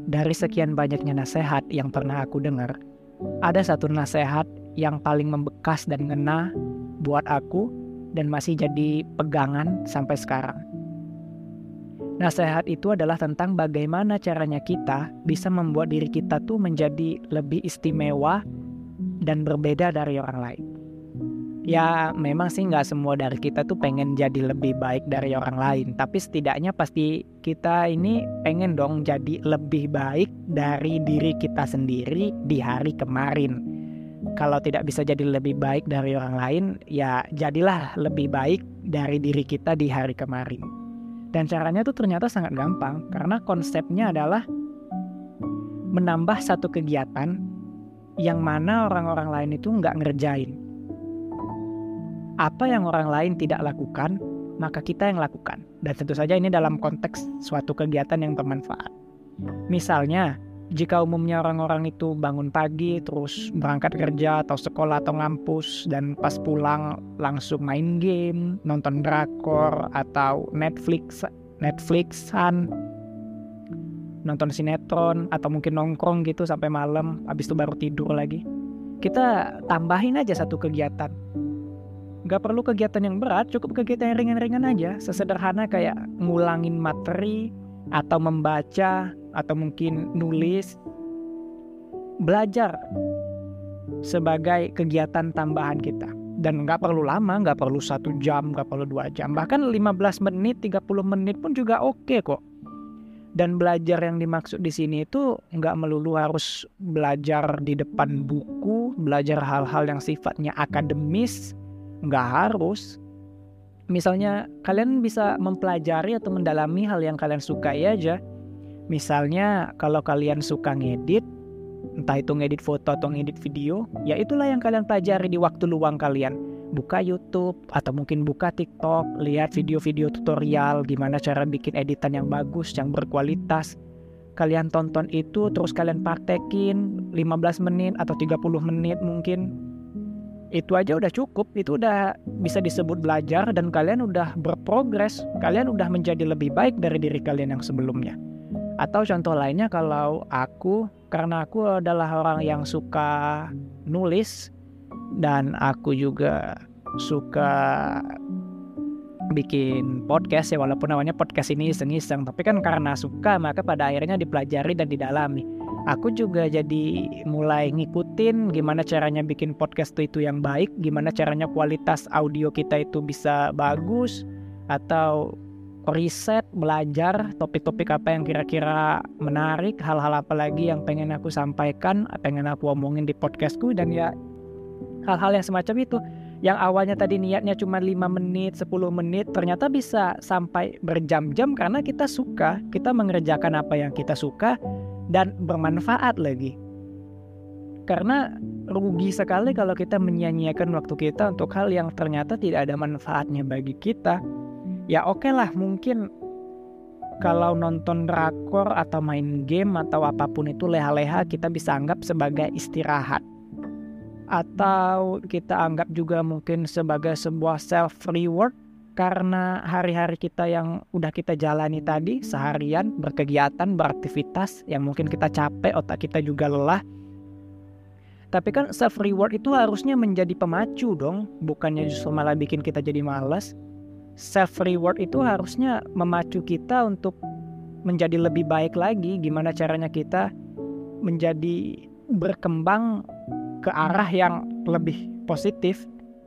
dari sekian banyaknya nasihat yang pernah aku dengar, ada satu nasihat yang paling membekas dan ngena buat aku dan masih jadi pegangan sampai sekarang. Nasihat itu adalah tentang bagaimana caranya kita bisa membuat diri kita tuh menjadi lebih istimewa dan berbeda dari orang lain. Ya memang sih nggak semua dari kita tuh pengen jadi lebih baik dari orang lain, tapi setidaknya pasti kita ini pengen dong jadi lebih baik dari diri kita sendiri di hari kemarin. Kalau tidak bisa jadi lebih baik dari orang lain, ya jadilah lebih baik dari diri kita di hari kemarin. Dan caranya tuh ternyata sangat gampang, karena konsepnya adalah menambah satu kegiatan yang mana orang-orang lain itu nggak ngerjain. Apa yang orang lain tidak lakukan, maka kita yang lakukan. Dan tentu saja ini dalam konteks suatu kegiatan yang bermanfaat. Misalnya, jika umumnya orang-orang itu bangun pagi, terus berangkat kerja atau sekolah atau ngampus, dan pas pulang langsung main game, nonton drakor, atau Netflixan, nonton sinetron, atau mungkin nongkrong gitu sampai malam, habis itu baru tidur lagi. Kita tambahin aja satu kegiatan. Gak perlu kegiatan yang berat, cukup kegiatan yang ringan-ringan aja. Sesederhana kayak ngulangin materi, atau membaca, atau mungkin nulis. Belajar sebagai kegiatan tambahan kita. Dan gak perlu lama, gak perlu 1 jam, gak perlu 2 jam. Bahkan 15 menit, 30 menit pun juga oke kok. Dan belajar yang dimaksud di sini itu gak melulu harus belajar di depan buku, belajar hal-hal yang sifatnya akademis. Nggak harus. Misalnya kalian bisa mempelajari atau mendalami hal yang kalian sukai aja. Misalnya kalau kalian suka ngedit, entah itu ngedit foto atau ngedit video, ya itulah yang kalian pelajari di waktu luang kalian. Buka YouTube atau mungkin buka TikTok, lihat video-video tutorial gimana cara bikin editan yang bagus, yang berkualitas. Kalian tonton itu terus kalian praktekin 15 menit atau 30 menit mungkin. Itu aja udah cukup, itu udah bisa disebut belajar dan kalian udah berprogres, kalian udah menjadi lebih baik dari diri kalian yang sebelumnya. Atau contoh lainnya kalau karena aku adalah orang yang suka nulis dan aku juga suka bikin podcast ya, walaupun namanya podcast ini iseng-iseng, tapi kan karena suka maka pada akhirnya dipelajari dan didalami. Aku juga jadi mulai ngikutin gimana caranya bikin podcast itu yang baik, gimana caranya kualitas audio kita itu bisa bagus, atau riset, belajar topik-topik apa yang kira-kira menarik, hal-hal apa lagi yang pengen aku sampaikan, pengen aku omongin di podcastku, dan ya hal-hal yang semacam itu. Yang awalnya tadi niatnya cuma 5 menit, 10 menit, ternyata bisa sampai berjam-jam karena kita suka, kita mengerjakan apa yang kita suka dan bermanfaat lagi. Karena rugi sekali kalau kita menyia-nyiakan waktu kita untuk hal yang ternyata tidak ada manfaatnya bagi kita. Ya oke lah, mungkin kalau nonton drakor atau main game atau apapun itu leha-leha kita bisa anggap sebagai istirahat. Atau kita anggap juga mungkin sebagai sebuah self-reward karena hari-hari kita yang udah kita jalani tadi seharian berkegiatan, beraktivitas yang mungkin kita capek, otak kita juga lelah. Tapi kan self-reward itu harusnya menjadi pemacu dong, bukannya justru malah bikin kita jadi malas. Self-reward itu harusnya memacu kita untuk menjadi lebih baik lagi, gimana caranya kita menjadi berkembang ke arah yang lebih positif.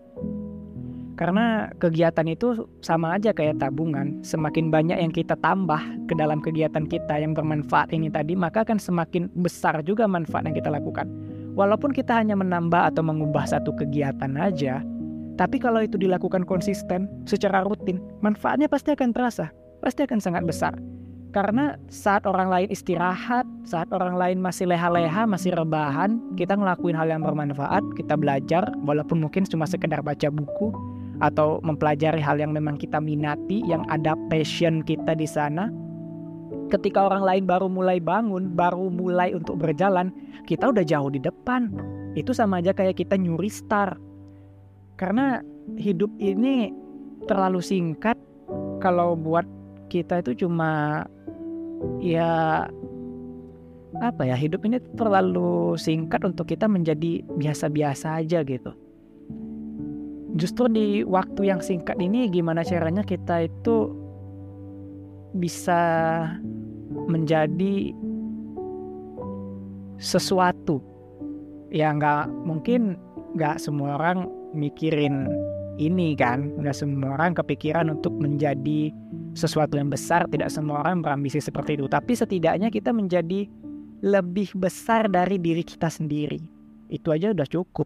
Karena kegiatan itu sama aja kayak tabungan. Semakin banyak yang kita tambah ke dalam kegiatan kita yang bermanfaat ini tadi, maka akan semakin besar juga manfaat yang kita lakukan. Walaupun kita hanya menambah atau mengubah satu kegiatan aja, tapi kalau itu dilakukan konsisten, secara rutin, manfaatnya pasti akan terasa, pasti akan sangat besar. Karena saat orang lain istirahat, saat orang lain masih leha-leha, masih rebahan, kita ngelakuin hal yang bermanfaat, kita belajar, walaupun mungkin cuma sekedar baca buku, atau mempelajari hal yang memang kita minati, yang ada passion kita di sana. Ketika orang lain baru mulai bangun, baru mulai untuk berjalan, kita udah jauh di depan. Itu sama aja kayak kita nyuri star. Karena hidup ini terlalu singkat kalau buat kita itu cuma ya hidup ini terlalu singkat untuk kita menjadi biasa-biasa aja gitu. Justru di waktu yang singkat ini gimana caranya kita itu bisa menjadi sesuatu. Ya nggak semua orang mikirin ini kan, nggak semua orang kepikiran untuk menjadi sesuatu yang besar, tidak semua orang berambisi seperti itu. Tapi setidaknya kita menjadi lebih besar dari diri kita sendiri. Itu aja udah cukup.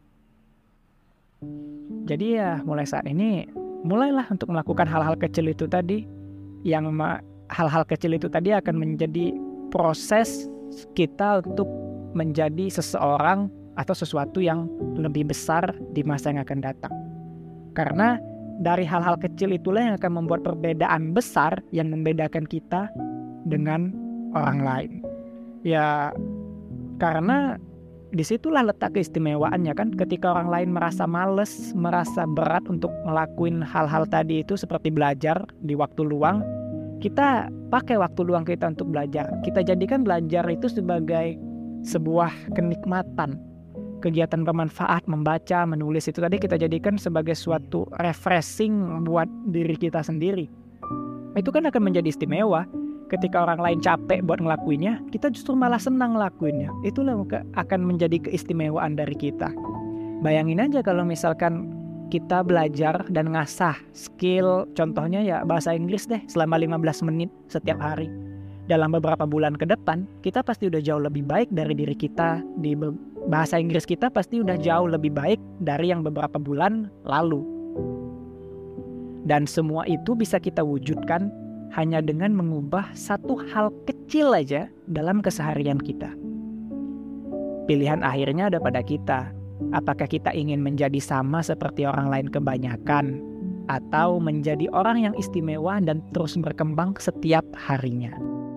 Jadi ya mulai saat ini, mulailah untuk melakukan hal-hal kecil itu tadi. Hal-hal kecil itu tadi akan menjadi proses kita untuk menjadi seseorang atau sesuatu yang lebih besar di masa yang akan datang. Karena dari hal-hal kecil itulah yang akan membuat perbedaan besar yang membedakan kita dengan orang lain. Ya, karena disitulah letak keistimewaannya kan. Ketika orang lain merasa males, merasa berat untuk ngelakuin hal-hal tadi itu seperti belajar di waktu luang, kita pakai waktu luang kita untuk belajar. Kita jadikan belajar itu sebagai sebuah kenikmatan, kegiatan bermanfaat. Membaca, menulis itu tadi kita jadikan sebagai suatu refreshing buat diri kita sendiri. Itu kan akan menjadi istimewa. Ketika orang lain capek buat ngelakuinnya, kita justru malah senang ngelakuinnya. Itulah akan menjadi keistimewaan dari kita. Bayangin aja kalau misalkan kita belajar dan ngasah skill, contohnya ya bahasa Inggris deh, selama 15 menit setiap hari. Dalam beberapa bulan ke depan, kita pasti udah jauh lebih baik dari diri kita. Bahasa Inggris kita pasti udah jauh lebih baik dari yang beberapa bulan lalu. Dan semua itu bisa kita wujudkan hanya dengan mengubah satu hal kecil aja dalam keseharian kita. Pilihan akhirnya ada pada kita. Apakah kita ingin menjadi sama seperti orang lain kebanyakan, atau menjadi orang yang istimewa dan terus berkembang setiap harinya?